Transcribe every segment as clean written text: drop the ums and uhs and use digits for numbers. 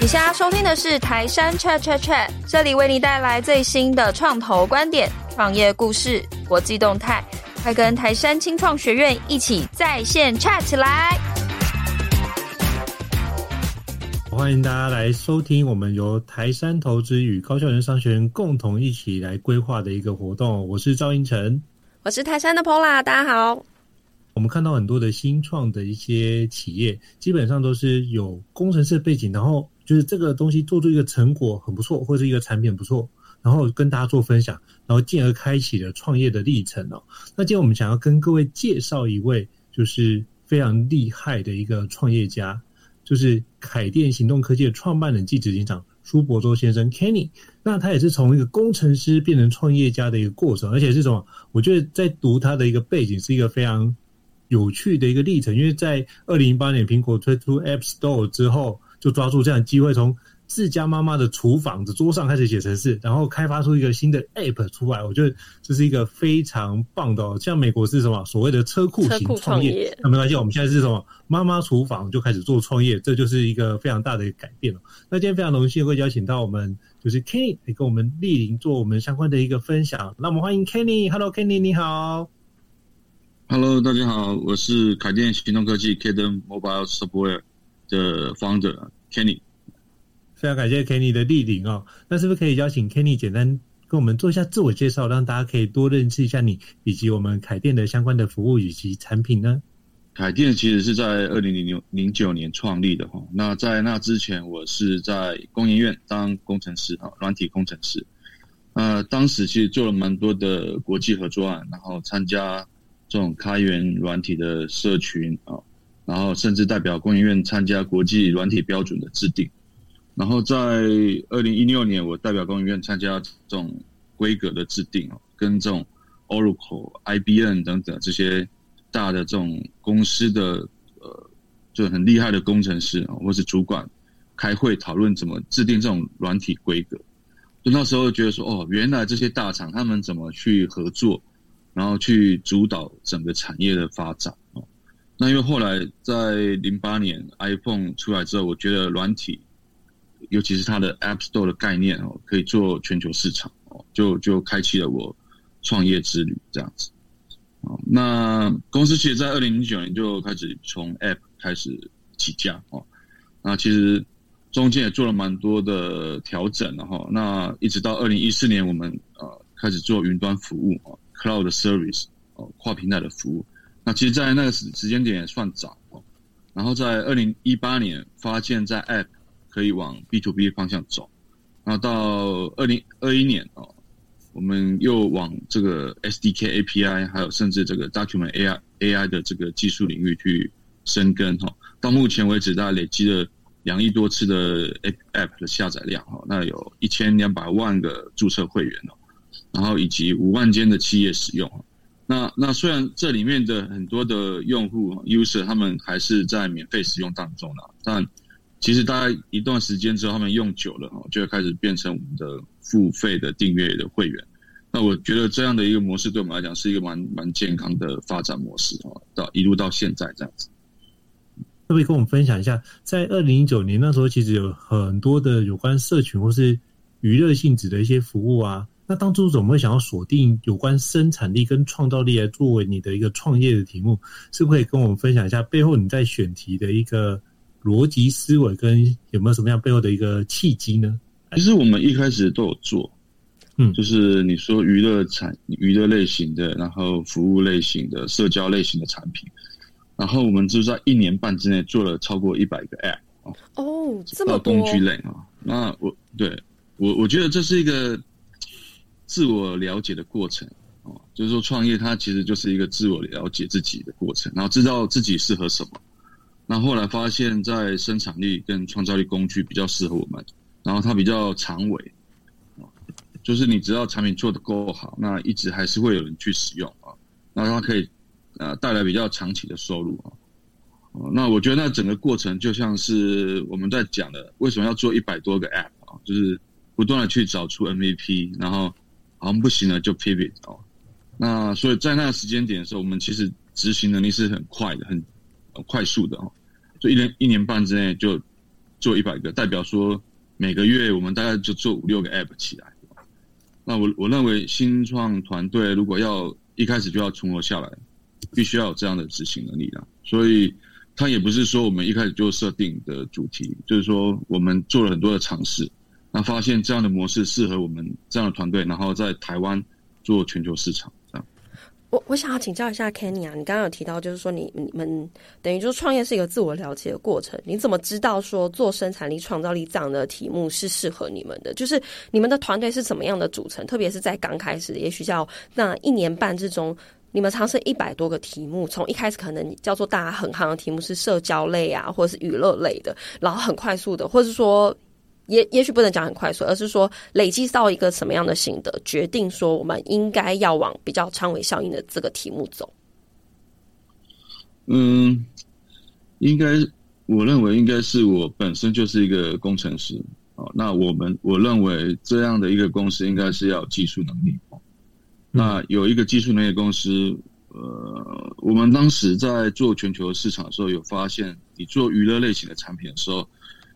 你现在收听的是台杉 Chat Chat Chat， 这里为你带来最新的创投观点、创业故事、国际动态，快跟台杉青创学院一起在线 chat 起来。 欢迎大家来收听我们由台杉投资与高效人商学院共同一起来规划的一个活动。我是赵英成， 我是台杉的 Paula， 大家好。 我们看到很多的新创的一些企业，基本上都是有工程师的背景，然后就是这个东西做出一个成果很不错，或者一个产品很不错，然后跟大家做分享，然后进而开启了创业的历程哦。那今天我们想要跟各位介绍一位就是非常厉害的一个创业家，就是凯电行动科技的创办人暨执行长苏博州先生 Kenny。 那他也是从一个工程师变成创业家的一个过程，而且是什么？我觉得在读他的一个背景是一个非常有趣的一个历程，因为在2008年苹果推出 App Store 之后，就抓住这样的机会，从自家妈妈的厨房的桌上开始写程式，然后开发出一个新的 App 出来。我觉得这是一个非常棒的哦。像美国是什么所谓的车库型创业，那没关系，我们现在是什么妈妈厨房就开始做创业，这就是一个非常大的一个改变了。那今天非常荣幸会邀请到我们就是 Kenny 来跟我们莅临做我们相关的一个分享。那我们欢迎 Kenny。Hello Kenny， 你好。 Hello， 大家好，我是凯电行动科技 Cadence Mobile Software 的 Founder Kenny。 非常感谢 Kenny 的莅临哦。那是不是可以邀请 Kenny 简单跟我们做一下自我介绍，让大家可以多认识一下你以及我们凯电的相关的服务以及产品呢？ 凯电其实是在2009年创立的。那在那之前，我是在工研院当工程师，软体工程师。当时其实做了蛮多的国际合作案，然后参加这种开源软体的社群，然后甚至代表工研院参加国际软体标准的制定。然后在2016年，我代表工研院参加这种规格的制定，跟这种 Oracle、IBM 等等这些大的这种公司的就很厉害的工程师或是主管开会讨论怎么制定这种软体规格。就那时候觉得说，原来这些大厂他们怎么去合作，然后去主导整个产业的发展。那因为后来在08年 iPhone 出来之后，我觉得软体尤其是它的 App Store 的概念可以做全球市场，就开启了我创业之旅这样子。那公司其实在2009年就开始从 App 开始起家。那其实中间也做了蛮多的调整，那一直到2014年我们开始做云端服务Cloud Service 跨平台的服务。那其实在那个时间点也算早。然后在2018年发现在 App 可以往 B2B 方向走。然后到2021年我们又往这个 SDK API 还有甚至这个 Document AI 的这个技术领域去深耕。到目前为止大概累积了2亿多次的 App 的下载量，那有1200万个注册会员，然后以及5万间的企业使用。那虽然这里面的很多的用户 user 他们还是在免费使用当中的，但其实大概一段时间之后他们用久了就会开始变成我们的付费的订阅的会员。那我觉得这样的一个模式对我们来讲是一个蛮健康的发展模式，一路到现在这样子。 可不可以跟我们分享一下，在2019年那时候其实有很多的有关社群或是娱乐性质的一些服务啊，那当初怎么会想要锁定有关生产力跟创造力来作为你的一个创业的题目？是不是可以跟我们分享一下背后你在选题的一个逻辑思维跟有没有什么样背后的一个契机呢？ 其实我们一开始都有做，就是你说娱乐类型的，然后服务类型的，社交类型的产品，然后我们就在1年半之内做了超过100个 App。 这么多工具类。那我觉得这是一个自我了解的过程。就是说创业它其实就是一个自我了解自己的过程，然后知道自己适合什么。那后来发现在生产力跟创造力工具比较适合我们，然后它比较长尾，就是你只要产品做得够好，那一直还是会有人去使用那它可以带来比较长期的收入。那我觉得那整个过程就像是我们在讲的为什么要做100多个 App， 就是不断的去找出 MVP， 然后好像不行了就 pivot。那所以在那个时间点的时候，我们其实执行能力是很快的，很快速的。就一年半之内就做100个，代表说每个月我们大概就做5-6个 App 起来。那我认为新创团队如果要一开始就要存活下来，必须要有这样的执行能力啦。所以它也不是说我们一开始就设定的主题，就是说我们做了很多的尝试，那发现这样的模式适合我们这样的团队，然后在台湾做全球市场。这样， 我想要请教一下 Kenny 啊，你刚刚有提到就是说你们等于就是创业是一个自我了解的过程，你怎么知道说做生产力、创造力这样的题目是适合你们的？就是你们的团队是怎么样的组成？特别是在刚开始，也许叫那1年半之中。你们尝试100多个题目，从一开始可能叫做大家很夯的题目是社交类啊，或者是娱乐类的，然后很快速的，或者是说也许不能讲很快速，而是说累积到一个什么样的心得，决定说我们应该要往比较长尾效应的这个题目走。 应该我认为应该是我本身就是一个工程师那我认为这样的一个公司应该是要有技术能力那有一个技术能力的公司，我们当时在做全球市场的时候，有发现，你做娱乐类型的产品的时候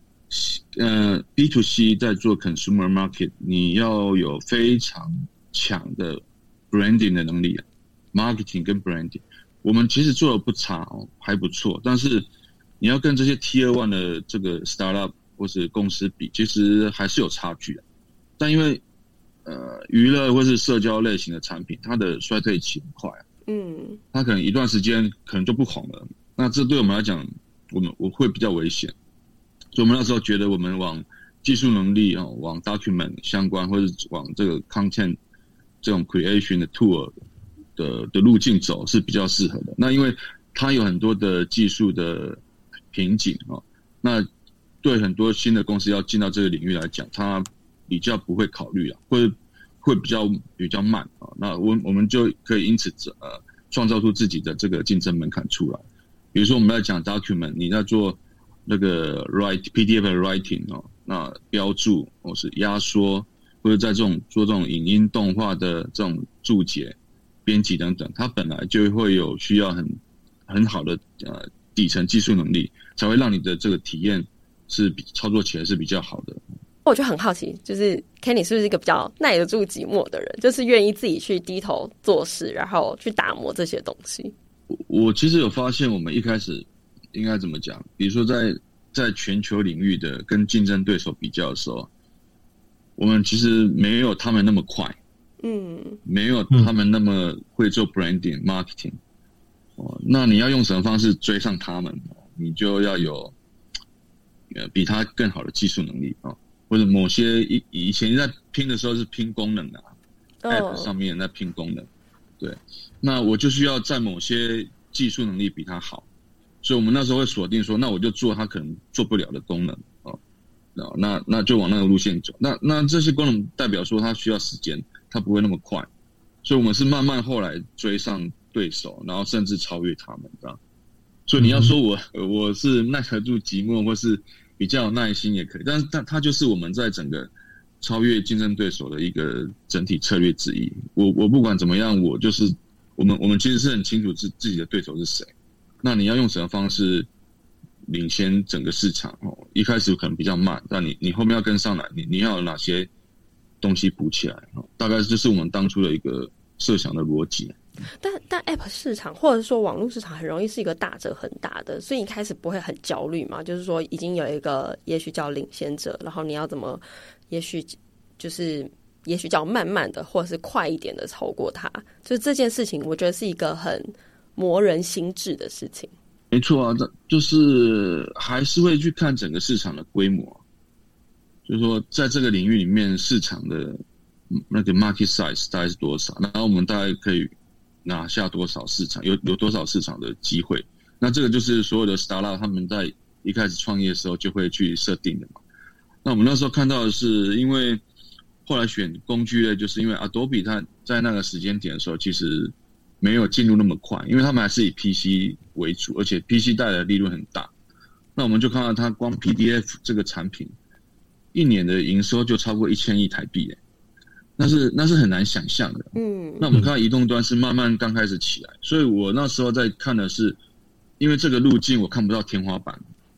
，B to C 在做 consumer market， 你要有非常强的 branding 的能力 ，marketing 跟 branding， 我们其实做的不差还不错，但是你要跟这些 Tier 1的这个 startup 或是公司比，其实还是有差距的，但因为娱乐或是社交类型的产品，它的衰退期很快它可能一段时间可能就不红了。那这对我们来讲，我会比较危险，所以我们那时候觉得我们往技术能力往 document 相关，或者往这个 content 这种 creation 的 tool 的路径走是比较适合的。那因为它有很多的技术的瓶颈那对很多新的公司要进到这个领域来讲，它比较不会考虑会比较慢那我们就可以因此创造出自己的这个竞争门槛出来。比如说我们在讲 document， 你在做那个 PDF 的 writing 那标注或是压缩，或者在做这种影音动画的这种注解、编辑等等，它本来就会有需要很好的底层技术能力，才会让你的这个体验是操作起来是比较好的。 我就很好奇，就是 Kenny 是不是一个比较耐得住寂寞的人，就是愿意自己去低头做事，然后去打磨这些东西。 我其实有发现，我们一开始应该怎么讲？比如说在全球领域的跟竞争对手比较的时候，我们其实没有他们那么快，没有他们那么会做 branding marketing。那你要用什么方式追上他们？你就要有比他更好的技术能力或者某些以前在拼的时候是拼功能的App 上面在拼功能，对，那我就需要在某些技术能力比他好，所以我们那时候会锁定说，那我就做他可能做不了的功能那就往那个路线走。那这些功能代表说它需要时间，它不会那么快，所以我们是慢慢后来追上对手，然后甚至超越他们这样。所以你要说我是耐得住寂寞，或是比较有耐心也可以，但是它就是我们在整个超越竞争对手的一个整体策略之一。我不管怎么样，我就是我们其实是很清楚自己的对手是谁。那你要用什么方式领先整个市场一开始可能比较慢，但你后面要跟上来，你要有哪些东西补起来大概就是我们当初的一个设想的逻辑。 但 App 市场或者说网络市场很容易是一个大者很大的，所以你开始不会很焦虑嘛？就是说已经有一个也许叫领先者，然后你要怎么也许叫慢慢的或者是快一点的超过它，就是这件事情我觉得是一个很磨人心智的事情。 没错啊，就是还是会去看整个市场的规模，就是说在这个领域里面市场的那个 market size 大概是多少，然后我们大概可以拿下多少市场，有多少市场的机会。那这个就是所有的 startup 他们在一开始创业的时候就会去设定的嘛。那我们那时候看到的是，因为后来选工具类，就是因为 Adobe 它在那个时间点的时候其实没有进入那么快，因为他们还是以 PC 为主，而且 PC 带来的利润很大。那我们就看到它光 PDF 这个产品一年的营收就超过1000亿台币那是很难想象的。那我们看到移动端是慢慢刚开始起来，所以我那时候在看的是，因为这个路径我看不到天花板，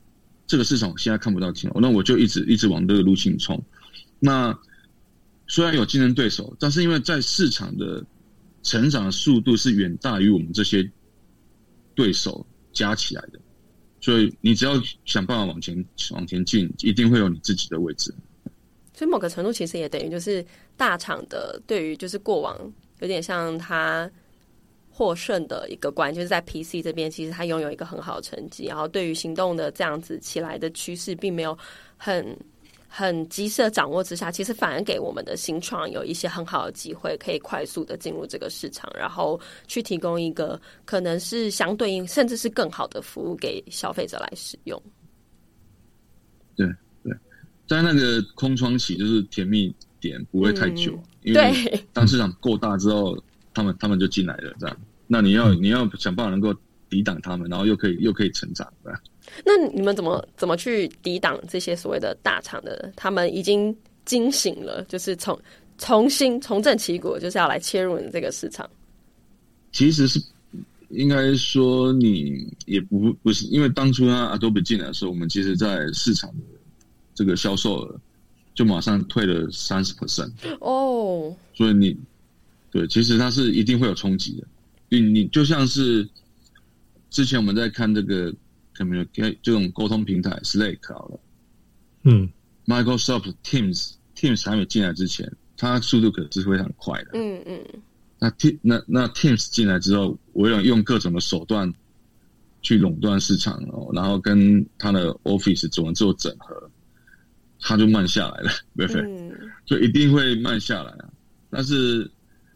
这个市场现在看不到尽头，那我就一直往这个路径冲。那虽然有竞争对手，但是因为在市场的成长的速度是远大于我们这些对手加起来的，所以你只要想办法往前进，一定会有你自己的位置。 所以某个程度其实也等于就是大厂的对于就是过往有点像他获胜的一个关，就是在 PC 这边其实他拥有一个很好的成绩，然后对于行动的这样子起来的趋势并没有很及时的掌握之下，其实反而给我们的新创有一些很好的机会，可以快速的进入这个市场，然后去提供一个可能是相对应甚至是更好的服务给消费者来使用。 对对，在那个空窗期就是甜蜜点不会太久，因为当市场够大之后，他们就进来了，这样。那你要想办法能够抵挡他们，然后又可以成长，这样。 那你们怎么去抵挡这些所谓的大厂的？他们已经惊醒了，就是重新重振旗鼓，就是要来切入你这个市场。 其实是应该说你也不是，因为当初Adobe 进来的时候，我们其实在市场的这个销售额就马上退了30% 哦， 所以对，其实它是一定会有冲击的。你就像是之前我们在看这个这种沟通平台 Slack 好了，Microsoft Teams 还没进来之前，它速度可是非常快的。那 Teams 进来之后，我用各种的手段去垄断市场然后跟它的 Office 怎么做整合，它就慢下来了，对不对？所以一定会慢下来啊。但是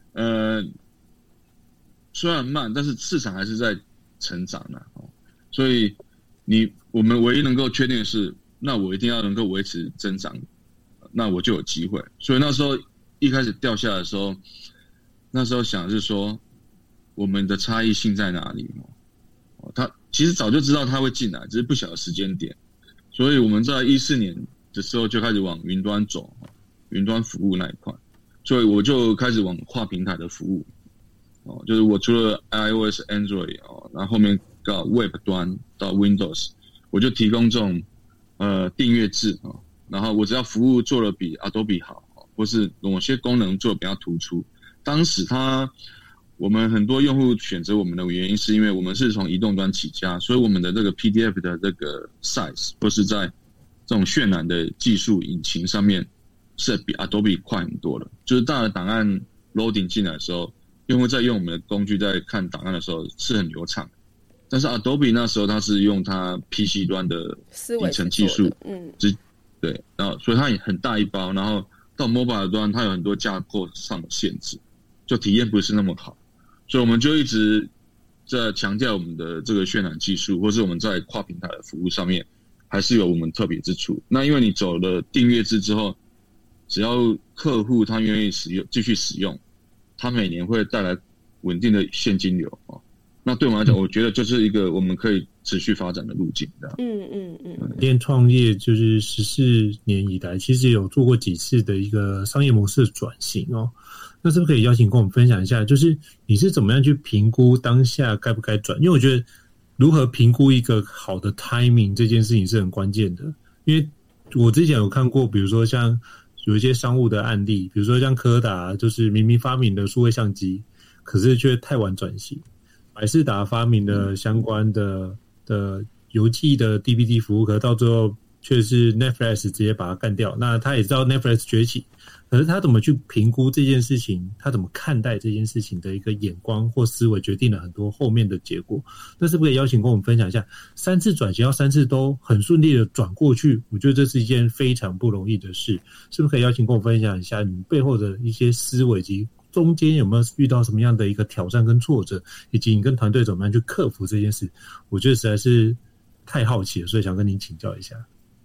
虽然慢，但是市场还是在成长的所以我们唯一能够确定的是，那我一定要能够维持增长，那我就有机会。所以那时候一开始掉下来的时候，那时候想的是说，我们的差异性在哪里？他其实早就知道他会进来，只是不晓得时间点。所以我们在2014年的时候就开始往云端走，云端服务那一块。所以我就开始往跨平台的服务，就是我除了 iOS、Android 然后后面到 Web 端到 Windows， 我就提供这种订阅制然后我只要服务做得比 Adobe 好，或是某些功能做得比较突出。当时我们很多用户选择我们的原因是因为我们是从移动端起家，所以我们的这个 PDF 的这个 size 或是在这种渲染的技术引擎上面是比 Adobe 快很多的，就是大的档案 loading 进来的时候，用户在用我们的工具在看档案的时候是很流畅的。但是 Adobe 那时候它是用它 PC 端的底层技术，对，然后所以它也很大一包，然后到 Mobile 端它有很多架构上的限制，就体验不是那么好，所以我们就一直在强调我们的这个渲染技术，或是我们在跨平台的服务上面还是有我们特别之处。那因为你走了订阅制之后，只要客户他愿意继续使用，他每年会带来稳定的现金流那对我们来讲，我觉得就是一个我们可以持续发展的路径。 练创业就是14年以来，其实有做过几次的一个商业模式的转型那是不是可以邀请跟我们分享一下，就是你是怎么样去评估当下该不该转？因为我觉得如何评估一个好的 timing 这件事情是很关键的。因为我之前有看过，比如说像有一些商务的案例，比如说像柯达，就是明明发明了数位相机，可是却太晚转型；百视达发明了相关的邮寄的 DVD 服务，可是到最后却是 Netflix 直接把它干掉。那他也知道 Netflix 崛起，可是他怎么去评估这件事情，他怎么看待这件事情的一个眼光或思维，决定了很多后面的结果。那是不是可以邀请跟我们分享一下，3次转型要3次都很顺利的转过去，我觉得这是一件非常不容易的事。是不是可以邀请跟我分享一下你背后的一些思维及中间有没有遇到什么样的一个挑战跟挫折，以及你跟团队怎么样去克服这件事？我觉得实在是太好奇了，所以想跟您请教一下。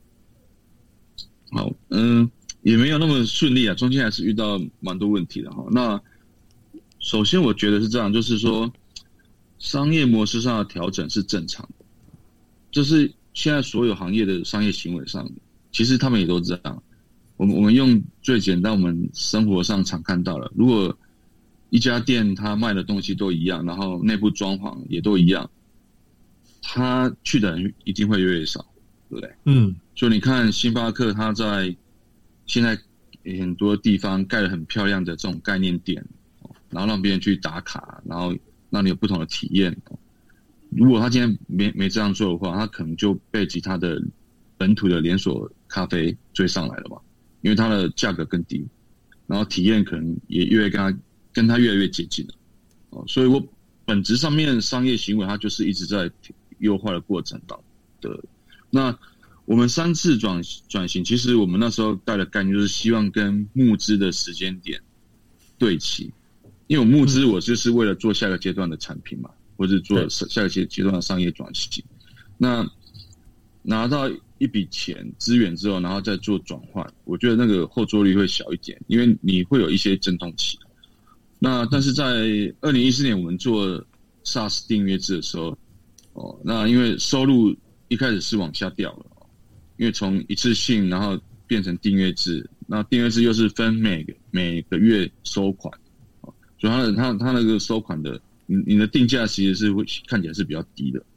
好，也没有那么顺利中间还是遇到蛮多问题的那首先我觉得是这样，就是说商业模式上的调整是正常的，就是现在所有行业的商业行为上，其实他们也都这样。我们用最简单我们生活上常看到了，如果一家店他卖的东西都一样，然后内部装潢也都一样，他去的人一定会越来越少。 对不对？ 嗯， 所以你看星巴克，它在现在很多地方盖了很漂亮的这种概念店，然后让别人去打卡，然后让你有不同的体验。如果他今天没这样做的话，他可能就被其他的本土的连锁咖啡追上来了嘛，因为它的价格更低，然后体验可能也跟他越来越接近了。所以我本质上面商业行为它就是一直在优化的过程当的。那我们3次转型，其实我们那时候带的概念就是希望跟募资的时间点对齐，因为我募资我就是为了做下个阶段的产品嘛，或者做下个阶段的商业转型。那拿到一笔钱资源之后，然后再做转换，我觉得那个后坐力会小一点，因为你会有一些阵痛期。那但是在2014年我们做 SaaS 订阅制的时候，那因为收入一开始是往下掉了，因为从一次性然后变成订阅制，那订阅制又是分每个月收款，所以它那个收款的你的定价其实是会看起来是比较低的。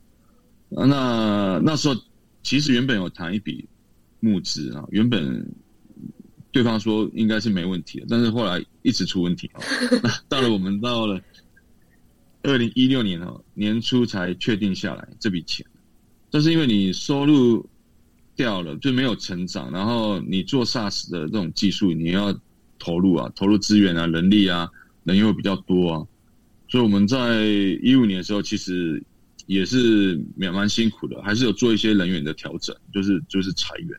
那时候其实原本有谈一笔募资啊，原本对方说应该是没问题的，但是后来一直出问题。那我们到了2016年年初才确定下来这笔钱，但是因为你收入掉了，就没有成长，然后你做 SaaS 的这种技术，你要投入资源啊、人力啊，人又比较多啊，所以我们在15年的时候其实也是蛮辛苦的，还是有做一些人员的调整，就是裁员。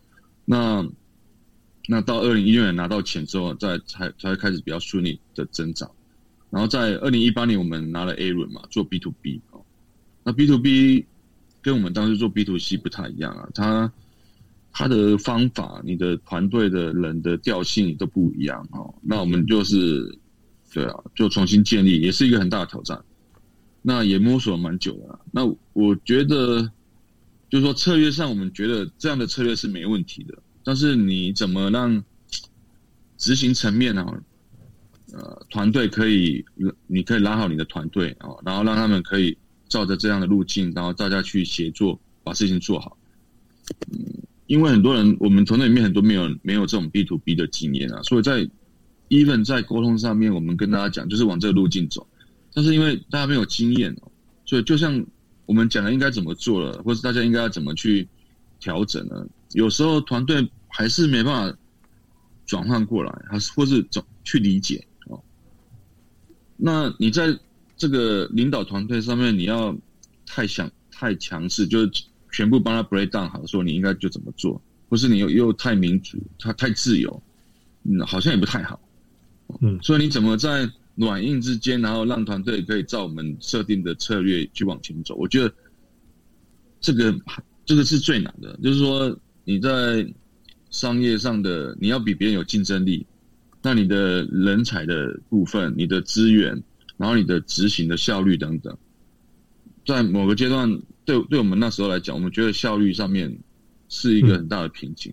那到2016年拿到钱之后，才开始比较顺利的增长。然后在2018年我们拿了 A 轮嘛，做 B2B。那 B2B 跟我们当时做 B2C 不太一样啊，它的方法、你的团队的人的调性都不一样。那我们就重新建立，也是一个很大的挑战。那也摸索了蛮久的。那我觉得就是说策略上，我们觉得这样的策略是没问题的。但是你怎么让执行层面团队你可以拉好你的团队然后让他们可以照着这样的路径，然后大家去协作把事情做好。因为很多人，我们团队里面很多没有这种 B2B 的经验啊，所以even 在沟通上面，我们跟大家讲就是往这个路径走。但是因为大家没有经验所以就像我们讲的应该怎么做了，或是大家应该要怎么去调整呢？有时候团队还是没办法转换过来，或是去理解。那你在这个领导团队上面，你要太强势，就是全部帮他 break down 好，说你应该就怎么做，或是你又太民主，太自由，好像也不太好。所以你怎么在软硬之间，然后让团队可以照我们设定的策略去往前走？我觉得这个是最难的，就是说你在商业上的你要比别人有竞争力，那你的人才的部分、你的资源，然后你的执行的效率等等，在某个阶段对我们那时候来讲，我们觉得效率上面是一个很大的瓶颈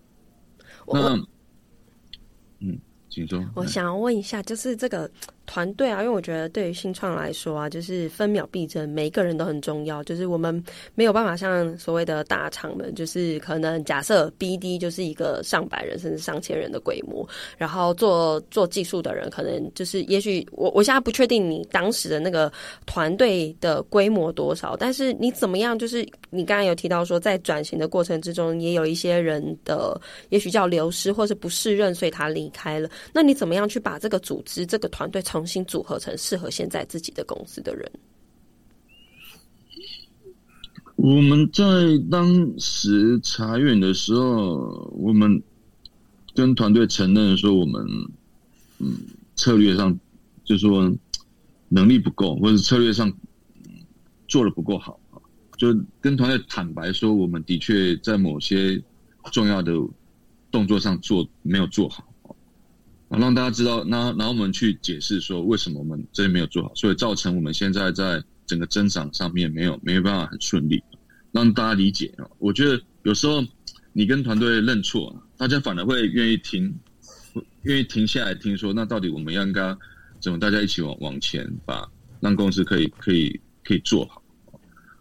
请说。 我想要问一下，就是这个团队啊，因为我觉得对于新创来说啊，就是分秒必争，每一个人都很重要。就是我们没有办法像所谓的大厂们，就是可能假设 BD 就是一个上百人甚至上千人的规模，然后做技术的人可能就是也许我现在不确定你当时的那个团队的规模多少，但是你怎么样，就是你刚才有提到说在转型的过程之中，也有一些人的也许叫流失或是不适任，所以他离开了。那你怎么样去把这个组织、这个团队重新组合成适合现在自己的公司的人？ 我们在当时裁员的时候，我们跟团队承认说，我们策略上就是说能力不够，或者策略上做得不够好，就跟团队坦白说，我们的确在某些重要的动作上没有做好。让大家知道，然后我们去解释说为什么我们这边没有做好，所以造成我们现在在整个增长上面没有办法很顺利，让大家理解。我觉得有时候你跟团队认错，大家反而会愿意停下来听说，那到底我们应该怎么大家一起往前让公司可以做好。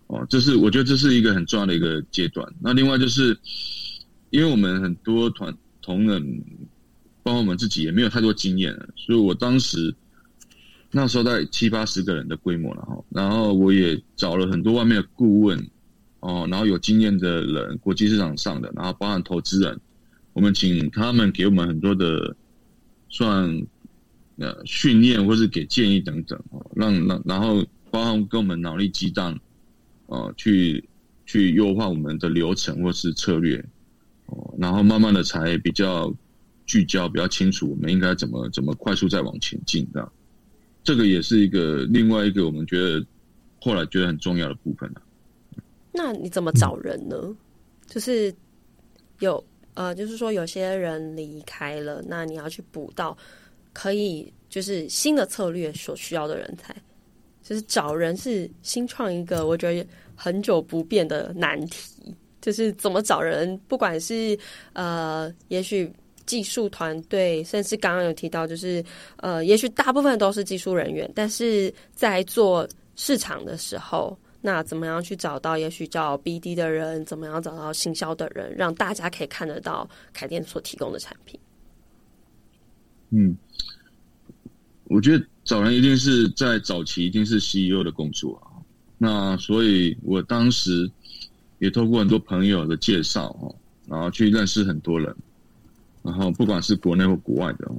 我觉得这是一个很重要的一个阶段。那另外就是因为我们很多同仁包括我们自己也没有太多经验了，所以我当时那时候大概70-80个人的规模了，然后我也找了很多外面的顾问然后有经验的人，国际市场上的，然后包含投资人，我们请他们给我们很多的算训练或是给建议等等，然后包含跟我们脑力激荡去优化我们的流程或是策略，然后慢慢的才比较聚焦，比较清楚我们应该怎么快速再往前进这样。这个也是另外一个我们觉得后来觉得很重要的部分。 那你怎么找人呢？就是就是说有些人离开了，那你要去补到可以就是新的策略所需要的人才。就是找人是新创一个我觉得很久不变的难题，就是怎么找人，不管是也许技术团队，甚至刚刚有提到就是也许大部分都是技术人员，但是在做市场的时候，那怎么样去找到也许叫 BD 的人，怎么样找到行销的人，让大家可以看得到凯电所提供的产品。 我觉得找人一定是在早期一定是 CEO 的工作那所以我当时也透过很多朋友的介绍然后去认识很多人，然后不管是国内或国外的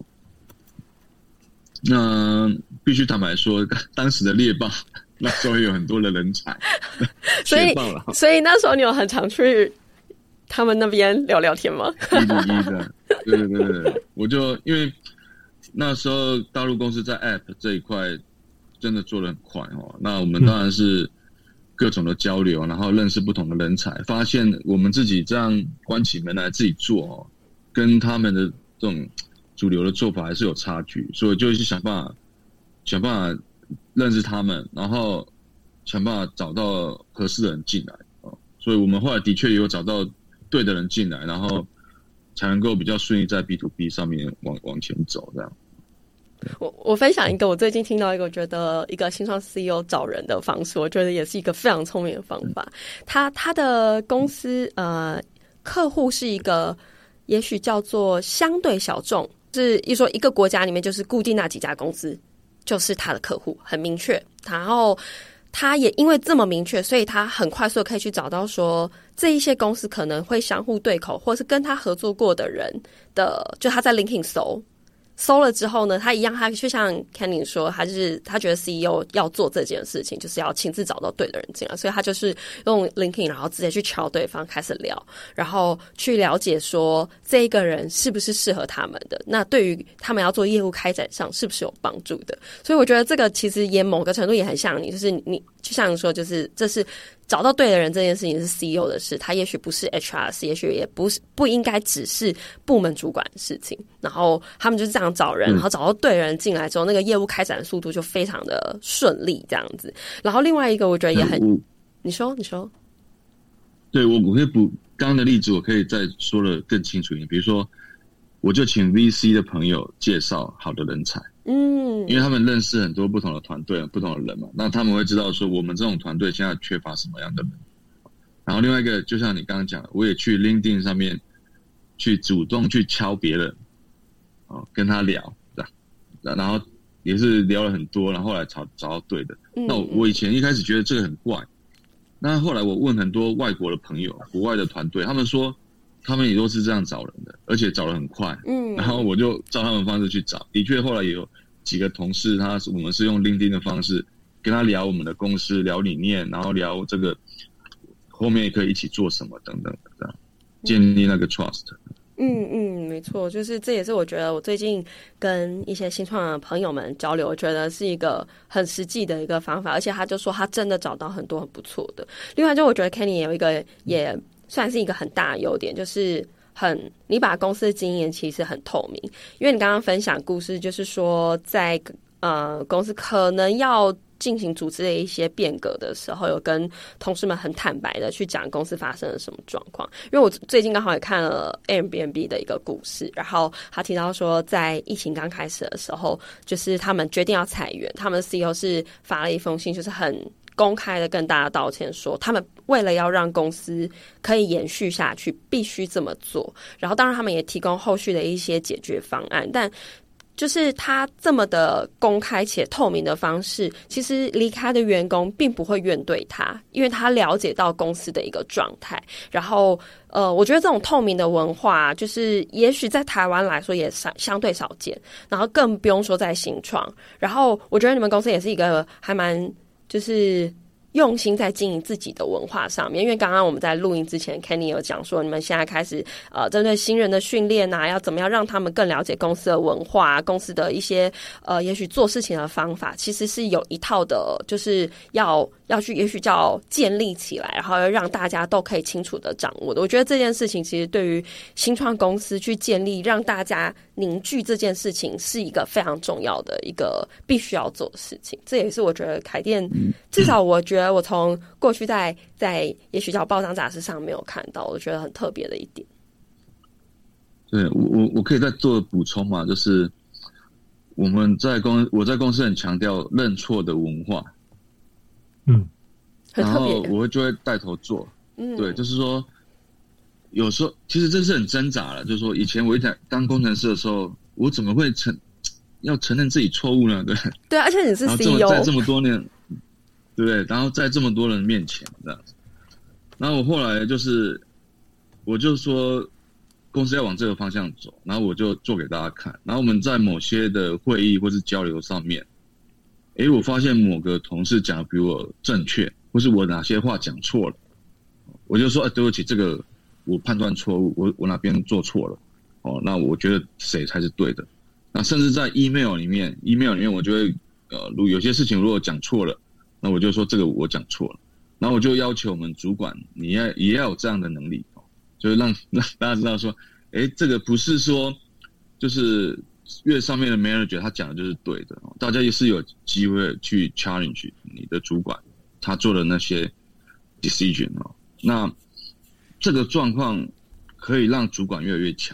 那必须坦白说，当时的猎豹那时候有很多的人才所以那时候你有很常去他们那边聊聊天吗 ？1:1的，对，我就因为那时候大陆公司在 App 这一块真的做得很快那我们当然是各种的交流，然后认识不同的人才，发现我们自己这样关起门来自己做跟他们的这种主流的做法还是有差距，所以就是想办法认识他们，然后想办法找到合适的人进来所以我们后来的确也有找到对的人进来，然后才能够比较顺利在 B2B 上面往前走这样。 我分享一个我最近听到一个我觉得一个新创 CEO 找人的方式，我觉得也是一个非常聪明的方法。他的公司客户是一个也许叫做相对小众，是说一个国家里面就是固定那几家公司就是他的客户，很明确。然后他也因为这么明确，所以他很快速可以去找到说这一些公司可能会相互对口，或是跟他合作过的人的，就他在 LinkedIn 搜了之后呢，他一样，他就像 Kenny 说，他觉得 CEO 要做这件事情，就是要亲自找到对的人进来，所以他就是用 LinkedIn， 然后直接去敲对方开始聊，然后去了解说这一个人是不是适合他们的，那对于他们要做业务开展上是不是有帮助的。所以我觉得这个其实也某个程度也很像你，就是你就像说，就是这是找到对的人这件事情是 CEO 的事，他也许不是 HR 的事，也许也不应该只是部门主管的事情。然后他们就是这样找人，然后找到对的人进来之后，那个业务开展的速度就非常的顺利，这样子。然后另外一个我觉得也很，你说， 对，我可以补刚刚的例子，我可以再说的更清楚一点。比如说，我就请 VC 的朋友介绍好的人才。因为他们认识很多不同的团队、不同的人嘛，那他们会知道说我们这种团队现在缺乏什么样的人。然后另外一个，就像你刚刚讲的，我也去 LinkedIn 上面去主动去敲别人，跟他聊，然后也是聊了很多，然后后来找到对的。那我以前一开始觉得这个很怪，那后来我问很多外国的朋友、国外的团队，他们说他们也都是这样找人的，而且找得很快。然后我就照他们方式去找，的确后来也有几个同事，我们是用 LinkedIn 的方式跟他聊我们的公司、聊理念，然后聊这个后面也可以一起做什么等等的，这样建立那个 trust。 没错，就是这也是我觉得我最近跟一些新创的朋友们交流，我觉得是一个很实际的一个方法，而且他就说他真的找到很多很不错的。另外就我觉得 Kenny 也有一个也算是一个很大的优点，就是你把公司的经验其实很透明，因为你刚刚分享故事，就是说在公司可能要进行组织的一些变革的时候，有跟同事们很坦白的去讲公司发生了什么状况。因为我最近刚好也看了 Airbnb 的一个故事，然后他提到说在疫情刚开始的时候，就是他们决定要裁员，他们的 CEO 是发了一封信，就是很公开的跟大家道歉说，他们为了要让公司可以延续下去，必须这么做。然后当然他们也提供后续的一些解决方案，但就是他这么的公开且透明的方式，其实离开的员工并不会怨怼他，因为他了解到公司的一个状态。然后我觉得这种透明的文化，就是也许在台湾来说也相对少见，然后更不用说在新创。然后我觉得你们公司也是一个还蛮就是用心在经营自己的文化上面，因为刚刚我们在录音之前 Kenny 有讲说，你们现在开始针对新人的训练啊，要怎么样让他们更了解公司的文化，公司的一些也许做事情的方法，其实是有一套的，就是要去也许叫建立起来，然后要让大家都可以清楚的掌握的。我觉得这件事情其实对于新创公司去建立让大家凝聚这件事情是一个非常重要的一个必须要做的事情。这也是我觉得凯电至少我觉得我从过去在也许叫报章杂志上没有看到，我觉得很特别的一点。 对，我可以再做补充嘛，就是我在公司很强调认错的文化， 很特别， 然后我就会带头做，对，就是说有时候其实这是很挣扎的，就是说以前我当工程师的时候，我怎么会要承认自己错误呢？ 对，而且你是 CEO， 在这么多年，对不对？然后在这么多人面前这样子，然后我后来我就说公司要往这个方向走，然后我就做给大家看，然后我们在某些的会议或是交流上面，我发现某个同事讲的比我正确，或是我哪些话讲错了，我就说对不起，这个我判断错误，我哪边做错了，那我觉得谁才是对的。那甚至在 email 里面我就会有些事情如果讲错了，那我就说这个我讲错了，然后我就要求我们主管也要有这样的能力，就是让大家知道说，这个不是说就是越上面的 manager 他讲的就是对的，大家也是有机会去 challenge 你的主管他做的那些 decision。 那这个状况可以让主管越来越强，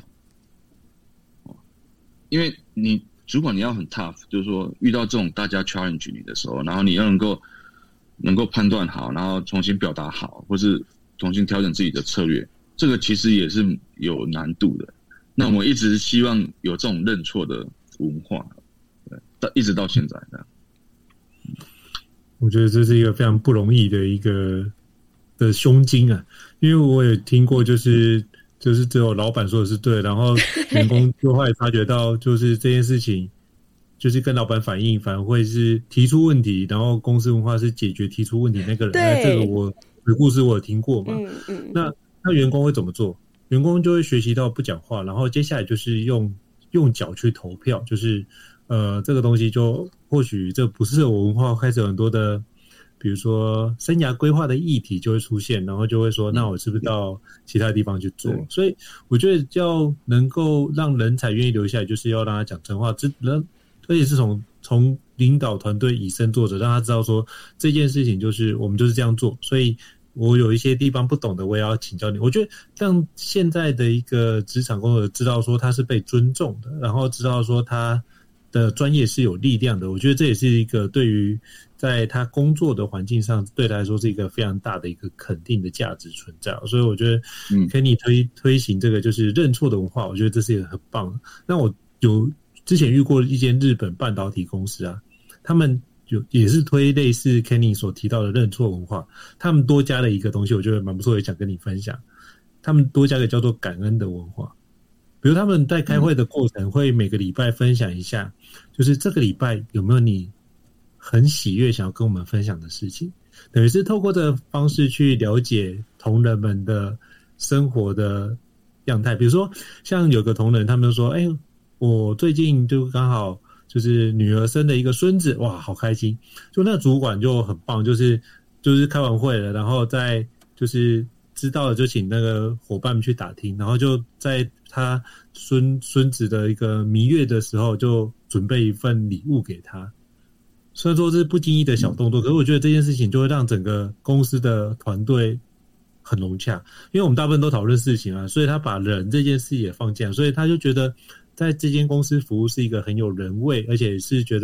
因为你主管你要很 tough， 就是说遇到这种大家 challenge 你的时候，然后你要能够判断好，然后重新表达好，或是重新调整自己的策略，这个其实也是有难度的。那我一直希望有这种认错的文化，一直到现在这样。 我觉得这是一个非常不容易的一个的胸襟啊，因为我也听过，就是只有老板说的是对，然后员工就会察觉到，就是这件事情，就是跟老板反映，反而会是提出问题，然后公司文化是解决提出问题那个人。 对， 这个故事我有听过嘛。那员工会怎么做？员工就会学习到不讲话，然后接下来就是用脚去投票，就是这个东西就或许这不是我文化，开始有很多的，比如说生涯规划的议题就会出现，然后就会说，那我是不是到其他地方去做？所以我觉得要能够让人才愿意留下来，就是要让他讲真话，而且是从领导团队以身作则，让他知道说这件事情就是我们就是这样做，所以我有一些地方不懂的，我也要请教你。我觉得让现在的一个职场工作者知道说他是被尊重的，然后知道说他的专业是有力量的，我觉得这也是一个对于在他工作的环境上对他来说是一个非常大的一个肯定的价值存在。所以我觉得跟你推行这个就是认错的文化，我觉得这是一个很棒的。那我有之前遇过一间日本半导体公司啊，他们也是推类似 Kenny 所提到的认错文化，他们多加了一个东西，我觉得蛮不错，也想跟你分享。他们多加个叫做感恩的文化，比如他们在开会的过程会每个礼拜分享一下，就是这个礼拜有没有你很喜悦想要跟我们分享的事情，等于是透过这个方式去了解同仁们的生活的样态。比如说像有个同仁他们就说，我最近就刚好就是女儿生的一个孙子，哇，好开心！就那主管就很棒，就是开完会了，然后再就是知道了就请那个伙伴们去打听，然后就在他孙子的一个蜜月的时候，就准备一份礼物给他。虽然说这是不经意的小动作，可是我觉得这件事情就会让整个公司的团队很融洽，因为我们大部分都讨论事情啊，所以他把人这件事也放进来，所以他就觉得在这间公司服务是一个很有人味，而且是觉得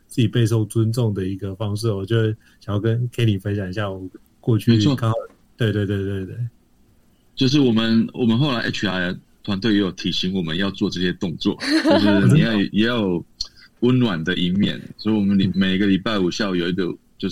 自己备受尊重的一个方式。我就想要跟 Kenny 分享一下我过去刚好，对， 就是我们后来 HR 团队也有提醒我们要做这些动作，就是你也要有温暖的一面，所以我们每个礼拜五下午有一个就是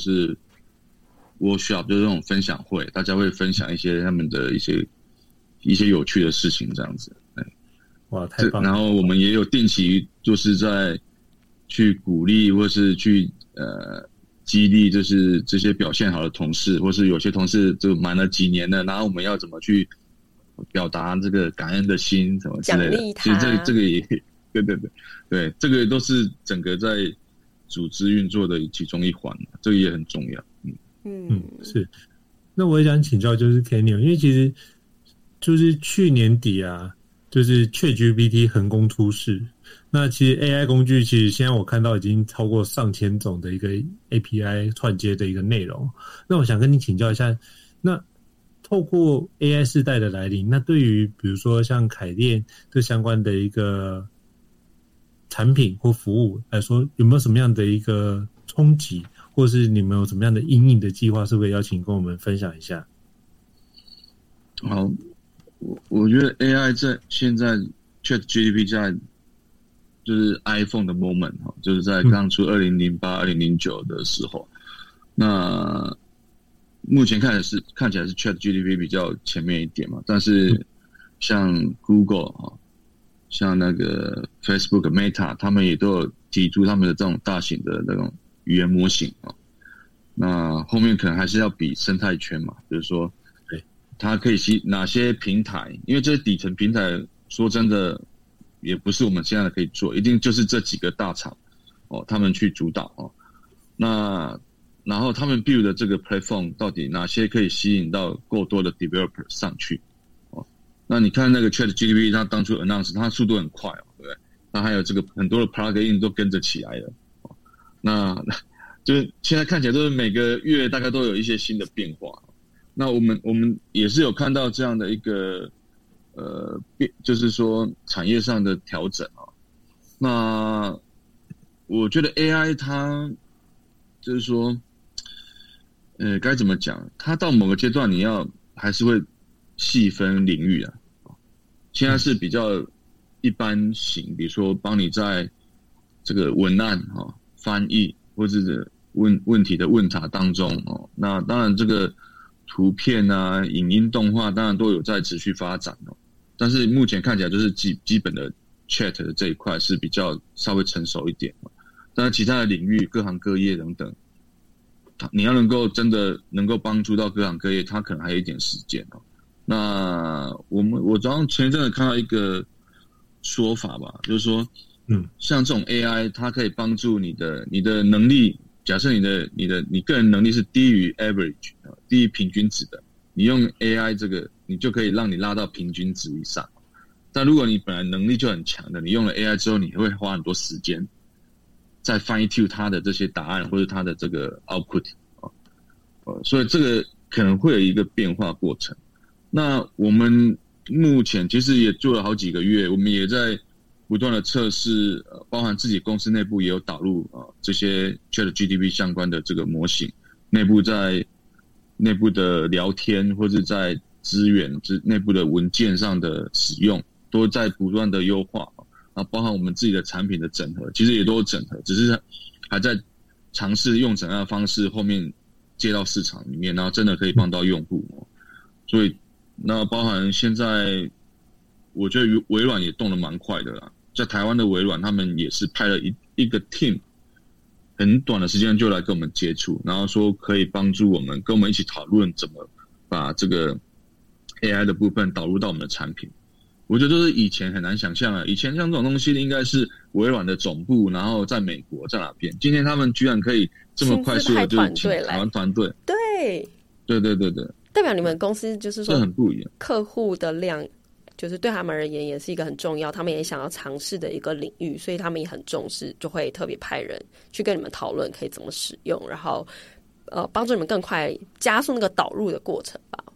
workshop， 就是那种分享会，大家会分享一些他们的一些有趣的事情，这样子。 哇，太棒了！ 然后我们也有定期就是在去鼓励或是去激励，就是这些表现好的同事，或是有些同事就满了几年了，然后我们要怎么去表达这个感恩的心，什么之类的。其实这个也对，这个都是整个在组织运作的其中一环，这个也很重要。 是。那我也想请教，就是 Kenny， 因为其实就是去年底啊，就是 ChatGPT 横空出世。那其实 AI 工具其实现在我看到已经超过上千种的一个 API 串接的一个内容。那我想跟你请教一下，那透过 AI 世代的来临，那对于比如说像凯链这相关的一个产品或服务来说，有没有什么样的一个冲击，或是你们有什么样的因应的计划，是不是邀请跟我们分享一下？ 好，我觉得 AI 在现在 ChatGPT 在就是 iPhone 的 moment， 就是在刚出2008、2009的时候，那目前看起来是 ChatGPT 比较前面一点嘛，但是像 Google 像那个 Facebook、Meta， 他们也都有提出他们的这种大型的那种语言模型那后面可能还是要比生态圈嘛，就是说，它可以哪些平台，因为这些底层平台说真的也不是我们现在可以做，一定就是这几个大厂他们去主导那然后他们 build 的这个 platform 到底哪些可以吸引到够多的 developer 上去那你看那个 ChatGPT 它当初 announce 它速度很快对不对？那还有这个很多的 plugin 都跟着起来了那就是现在看起来都是每个月大概都有一些新的变化。那我们也是有看到这样的一个就是说产业上的调整那我觉得 AI 它就是说该怎么讲，它到某个阶段你还是会细分领域现在是比较一般型，比如说帮你在这个文案翻译或者是问题的问答当中那当然这个图片啊影音动画当然都有在持续发展但是目前看起来就是基本的 chat 的这一块是比较稍微成熟一点但是其他的领域各行各业等等，你要能够真的能够帮助到各行各业，它可能还有一点时间那我早上前一阵子看到一个说法吧，就是说像这种 AI 它可以帮助你的能力，假设你个人能力是低于 average 低于平均值的，你用 AI 这个你就可以让你拉到平均值以上。但如果你本来能力就很强的，你用了 AI 之后，你会花很多时间再 fine tune 它的这些答案或者它的这个 output 所以这个可能会有一个变化过程。那我们目前其实也做了好几个月，我们也在不断的测试包含自己公司内部也有导入这些 ChatGPT 相关的这个模型，内部的聊天或者在资源内部的文件上的使用都在不断的优化包含我们自己的产品的整合，其实也都有整合，只是还在尝试用怎样的方式后面接到市场里面，然后真的可以帮到用户所以那包含现在我觉得微软也动得蛮快的啦，在台湾的微软他们也是派了一个 team 很短的时间就来跟我们接触，然后说可以帮助我们跟我们一起讨论怎么把这个 AI 的部分导入到我们的产品。我觉得这是以前很难想象的，以前像这种东西应该是微软的总部，然后在美国在哪边，今天他们居然可以这么快速的就请台湾团队， 对，代表你们公司就是说这很不一样， 客户的量就是对他们而言也是一个很重要，他们也想要尝试的一个领域，所以他们也很重视，就会特别派人去跟你们讨论可以怎么使用，然后帮助你们更快加速那个导入的过程吧。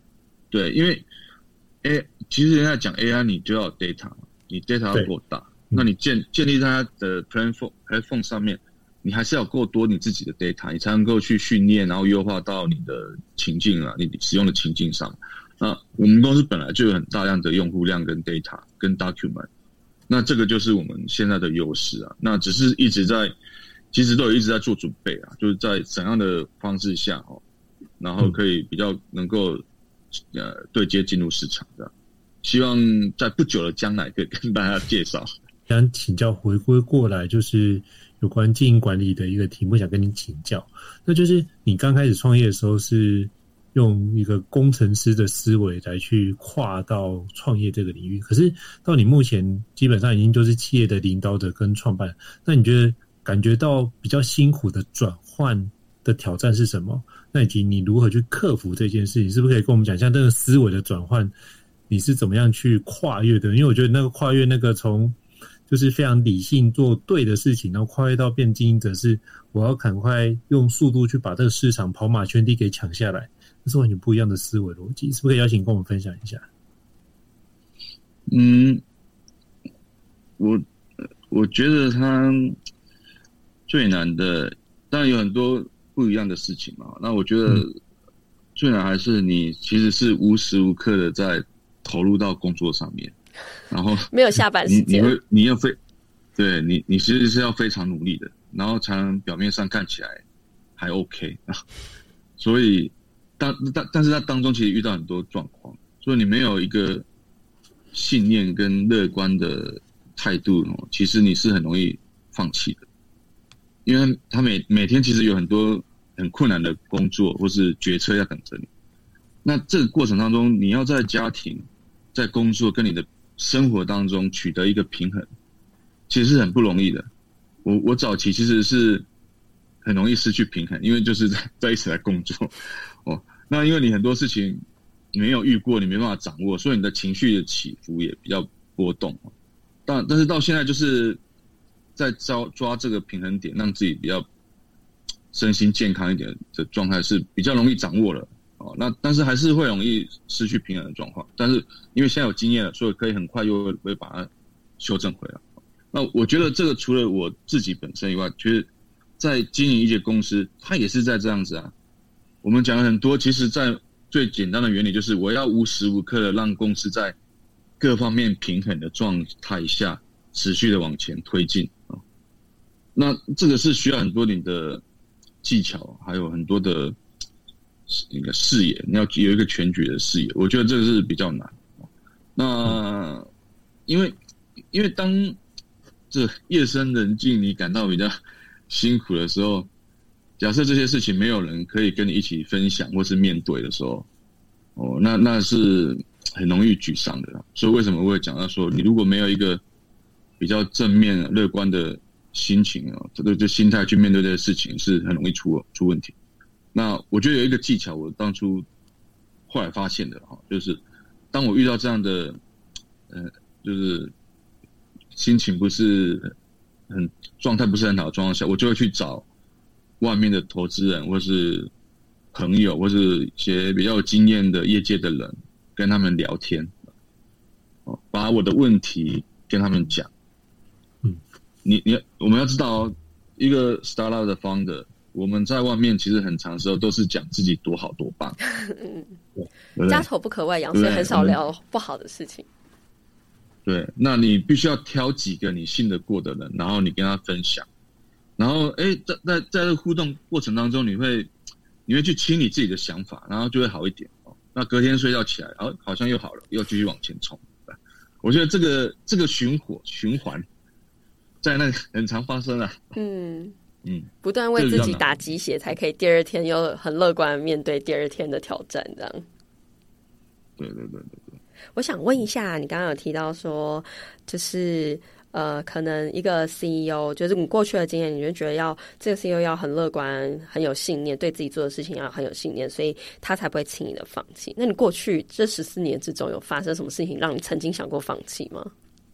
对，因为其实人家讲 AI 你就要 data， 你 data 要够大那你建立在它的 platform 上面，你还是要够多你自己的 data， 你才能够去训练，然后优化到你的情境啊，你使用的情境上。那我们公司本来就有很大量的用户量跟 data 跟 document， 那这个就是我们现在的优势啊。那只是其实都有一直在做准备啊，就是在怎样的方式下然后可以比较能够对接进入市场的。希望在不久的将来可以跟大家介绍。 想请教回归过来，就是有关经营管理的一个题目，想跟你请教。那就是你刚开始创业的时候是用一个工程师的思维来去跨到创业这个领域，可是到你目前基本上已经都是企业的领导者跟创办人，那你觉得感觉到比较辛苦的转换的挑战是什么？那以及你如何去克服这件事情？是不是可以跟我们讲，像这个思维的转换，你是怎么样去跨越的？因为我觉得那个跨越，那个从就是非常理性做对的事情，然后跨越到变经营者，是我要赶快用速度去把这个市场跑马圈地给抢下来，这是完全不一样的思维逻辑。是不是可以邀请跟我们分享一下？ 我觉得它最难的，当然有很多不一样的事情嘛。那我觉得最难还是你其实是无时无刻的在投入到工作上面，然后没有下班时间， 你要对你其实是要非常努力的，然后才能表面上看起来还 OK 所以但是它当中其实遇到很多状况，所以你没有一个信念跟乐观的态度其实你是很容易放弃的，因为他每天其实有很多很困难的工作或是决策要等着你。那这个过程当中，你要在家庭、在工作跟你的生活当中取得一个平衡，其实是很不容易的。我早期其实是很容易失去平衡，因为就是在一起来工作那因为你很多事情没有遇过，你没办法掌握，所以你的情绪的起伏也比较波动。但是到现在就是在抓这个平衡点，让自己比较身心健康一点的状态是比较容易掌握了那但是还是会容易失去平衡的状况。但是因为现在有经验了，所以可以很快又会把它修正回来。那我觉得这个除了我自己本身以外，其实在经营一些公司，它也是在这样子啊。我们讲了很多，其实在最简单的原理就是我要无时无刻的让公司在各方面平衡的状态下持续的往前推进那这个是需要很多你的技巧，还有很多的一个视野，你要有一个全局的视野，我觉得这个是比较难。那因为当这夜深人静你感到比较辛苦的时候，假设这些事情没有人可以跟你一起分享或是面对的时候那是很容易沮丧的。所以为什么我会讲到说，你如果没有一个比较正面乐观的心情就心态去面对这些事情，是很容易出问题。那我觉得有一个技巧，我当初后来发现的就是当我遇到这样的就是心情不是很状态不是很好的状况下，我就会去找外面的投资人或是朋友或是一些比较有经验的业界的人，跟他们聊天把我的问题跟他们讲。我们要知道一个 startup 的 founder， 我们在外面其实很长时候都是讲自己多好多棒家丑不可外扬，所以很少聊不好的事情。 对，那你必须要挑几个你信得过的人，然后你跟他分享，然后在这个互动过程当中，你会去清理自己的想法，然后就会好一点那隔天睡觉起来好像又好了，又继续往前冲。我觉得这个循环在那很常发生不断为自己打鸡血，才可以第二天又很乐观面对第二天的挑战这样。 对。 我想问一下，你刚刚有提到说就是可能一个 CEO 就是你过去的经验，你就觉得这个 CEO 要很乐观很有信念，对自己做的事情要很有信念，所以他才不会轻易的放弃。那你过去这14年之中有发生什么事情让你曾经想过放弃吗？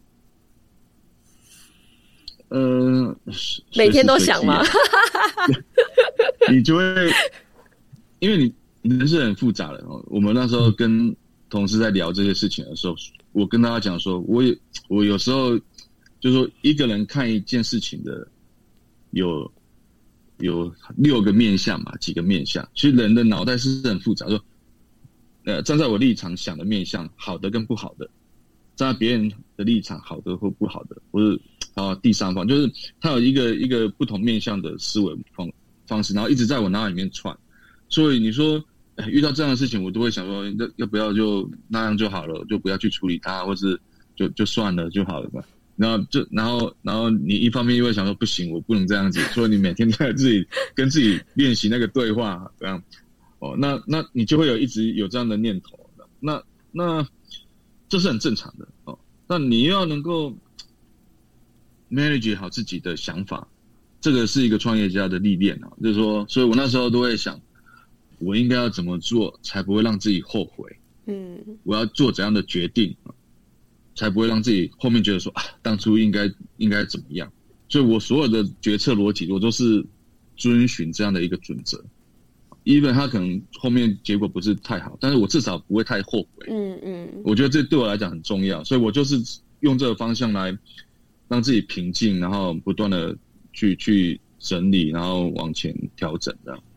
每天都想吗？ 你就会因为你人是很复杂的我们那时候跟同事在聊这些事情的时候，我跟大家讲说，我有时候就是说一个人看一件事情的有6个面向嘛，几个面向。其实人的脑袋是很复杂，说站在我立场想的面向，好的跟不好的；站在别人的立场，好的或不好的，或者第三方，就是他有一个不同面向的思维方式，然后一直在我脑海里面串。所以你说遇到这样的事情，我都会想说，要不要就那样就好了，就不要去处理它，或是就算了就好了吧。然后你一方面又会想说不行，我不能这样子，所以你每天都在跟自己练习那个对话，这样那你就会一直有这样的念头，那这是很正常的那你又要能够 manage 好自己的想法，这个是一个创业家的历练就是说，所以我那时候都会想，我应该要怎么做才不会让自己后悔？我要做怎样的决定才不会让自己后面觉得说当初应该怎么样？所以我所有的决策逻辑，我都是遵循这样的一个准则。even 他可能后面结果不是太好，但是我至少不会太后悔。我觉得这对我来讲很重要，所以我就是用这个方向来让自己平静，然后不断的去整理，然后往前调整这样。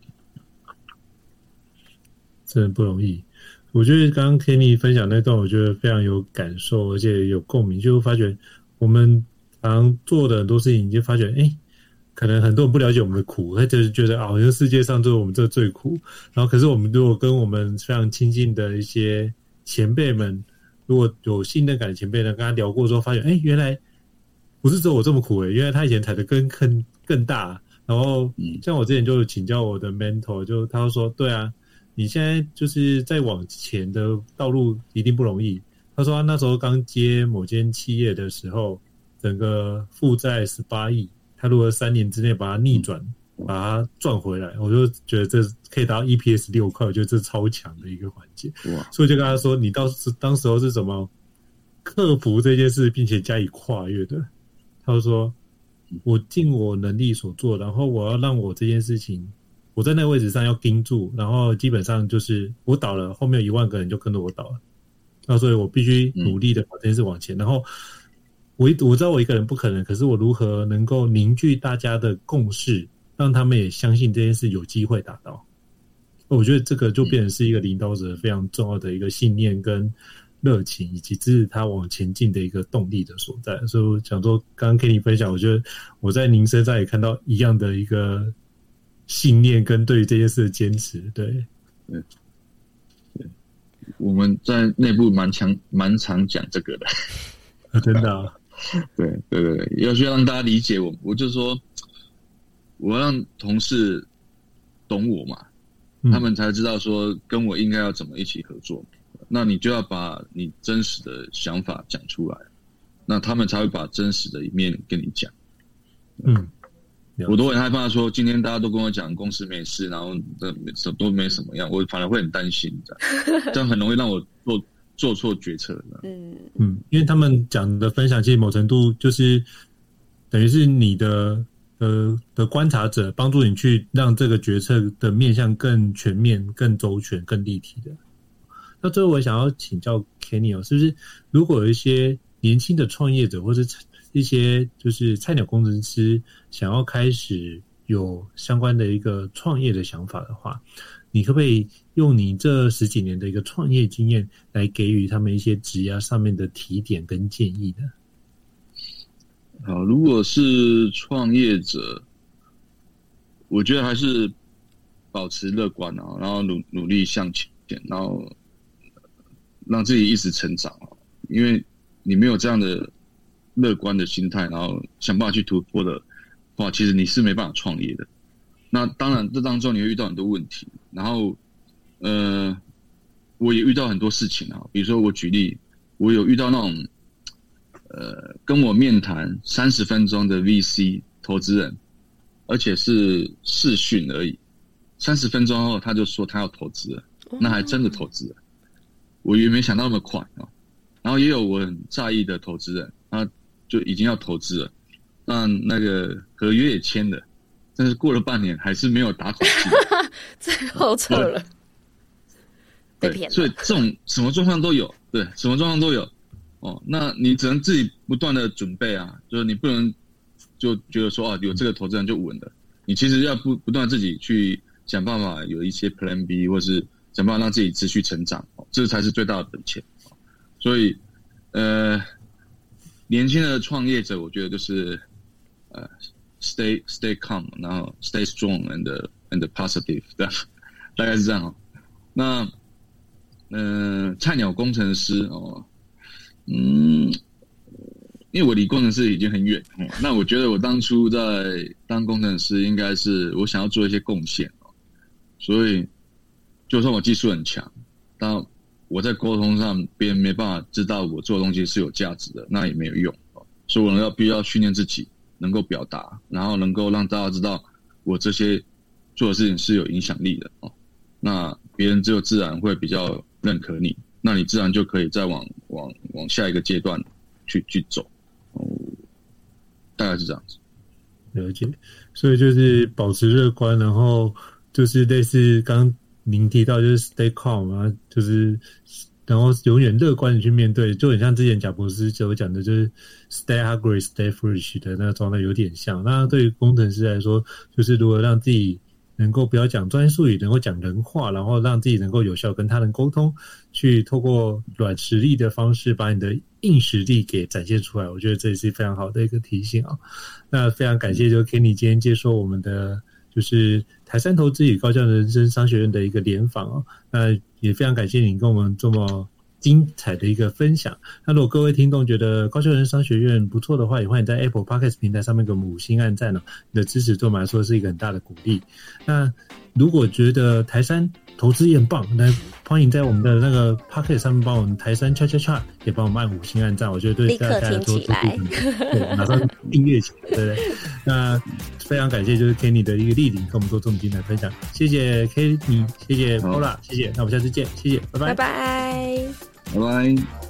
真的不容易。我觉得刚刚 Kenny 分享那段，我觉得非常有感受，而且有共鸣。就发觉我们常做的很多事情，就发觉可能很多人不了解我们的苦，他就是觉得好像世界上只有我们这最苦。然后可是我们如果跟我们非常亲近的一些前辈们，如果有信任感的前辈呢，跟他聊过之后，发现原来不是只有我这么苦原来他以前踩的更大。然后像我之前就请教我的 mentor， 就他就说对啊，你现在就是在往前的道路一定不容易。他说他那时候刚接某间企业的时候，整个负债18亿，他如果3年之内把它逆转，把它赚回来，我就觉得这可以达到 EPS 6块，我觉得这是超强的一个环节。所以就跟他说，你当时候是怎么克服这件事并且加以跨越的？他就说，我尽我能力所做，然后我要让我这件事情，我在那个位置上要盯住，然后基本上就是我倒了，后面有1万个人就跟着我倒了。那所以我必须努力的把这件事往前。然后我知道我一个人不可能，可是我如何能够凝聚大家的共识，让他们也相信这件事有机会达到。我觉得这个就变成是一个领导者非常重要的一个信念跟热情，以及支持他往前进的一个动力的所在。所以我想说，刚刚跟你分享，我觉得我在您身上也看到一样的一个信念跟对于这件事的坚持。对， 我们在内部蛮常讲这个的。 真的对，要去让大家理解我就说，我要让同事懂我嘛，他们才知道说跟我应该要怎么一起合作。那你就要把你真实的想法讲出来，那他们才会把真实的一面跟你讲。我都很害怕说今天大家都跟我讲公司没事，然后都没什么样，我反而会很担心，这样很容易让我做错决策。 因为他们讲的分享，其实某程度就是等于是你的观察者，帮助你去让这个决策的面向更全面、更周全、更立体的。那最后我想要请教 Kenny 是不是如果有一些年轻的创业者，或是一些就是菜鸟工程师想要开始有相关的一个创业的想法的话，你可不可以用你这10几年的一个创业经验来给予他们一些职涯上面的提点跟建议呢？ 好，如果是创业者，我觉得还是保持乐观然后努力向前，然后让自己一直成长因为你没有这样的乐观的心态，然后想办法去突破的话，其实你是没办法创业的。那当然这当中你会遇到很多问题，然后我也遇到很多事情比如说我举例，我有遇到那种跟我面谈30分钟的 VC 投资人，而且是视讯而已，30分钟后他就说他要投资了，那还真的投资了，我也没想到那么快然后也有我很在意的投资人，他就已经要投资了，那个合约也签了，但是过了半年还是没有打款机， 最后撤了，被骗了。 所以这种什么状况都有，对，什么状况都有那你只能自己不断的准备啊，就是你不能就觉得说有这个投资人就稳了，你其实要不断自己去想办法有一些 Plan B， 或是想办法让自己持续成长，这才是最大的本钱。所以年轻的创业者，我觉得就是stay calm， 然后 stay strong and positive， 大概是这样。那菜鸟工程师因为我离工程师已经很远，那我觉得我当初在当工程师，应该是我想要做一些贡献，所以就算我技术很强，但我在沟通上别人没办法知道我做的东西是有价值的，那也没有用，所以我必须要训练自己能够表达，然后能够让大家知道我这些做的事情是有影响力的，那别人就自然会比较认可你，那你自然就可以再往下一个阶段去走，大概是这样子。 了解，所以就是保持乐观，然后就是类似刚您提到就是 stay calm 啊，就是然后永远乐观的去面对，就很像之前贾博士所讲的，就是 stay hungry, stay foolish 的那个状态有点像。那对于工程师来说，就是如何让自己能够不要讲专业术语，能够讲人话，然后让自己能够有效跟他人沟通，去透过软实力的方式把你的硬实力给展现出来。我觉得这也是非常好的一个提醒啊。那非常感谢就 Kenny 今天接受我们的就是台山投资与高效人生商学院的一个联访啊。那也非常感谢你跟我们这么精彩的一个分享。那如果各位听众觉得高效人生商学院不错的话，也欢迎在 Apple Podcast 平台上面给我们5星按赞，你的支持对我们来说是一个很大的鼓励。那如果觉得台山投资也很棒，那欢迎在我们的那个 Podcast 上面帮我们台山恰恰恰也帮我们按5星按赞，我觉得对大家来说对马上订阅起来，对不对？那非常感谢就是 Kenny 的一个莅临，跟我们做这么精彩分享，谢谢 Kenny， 谢谢 Paula， 谢谢，那我们下次见，谢谢，拜拜， 拜拜， 拜拜。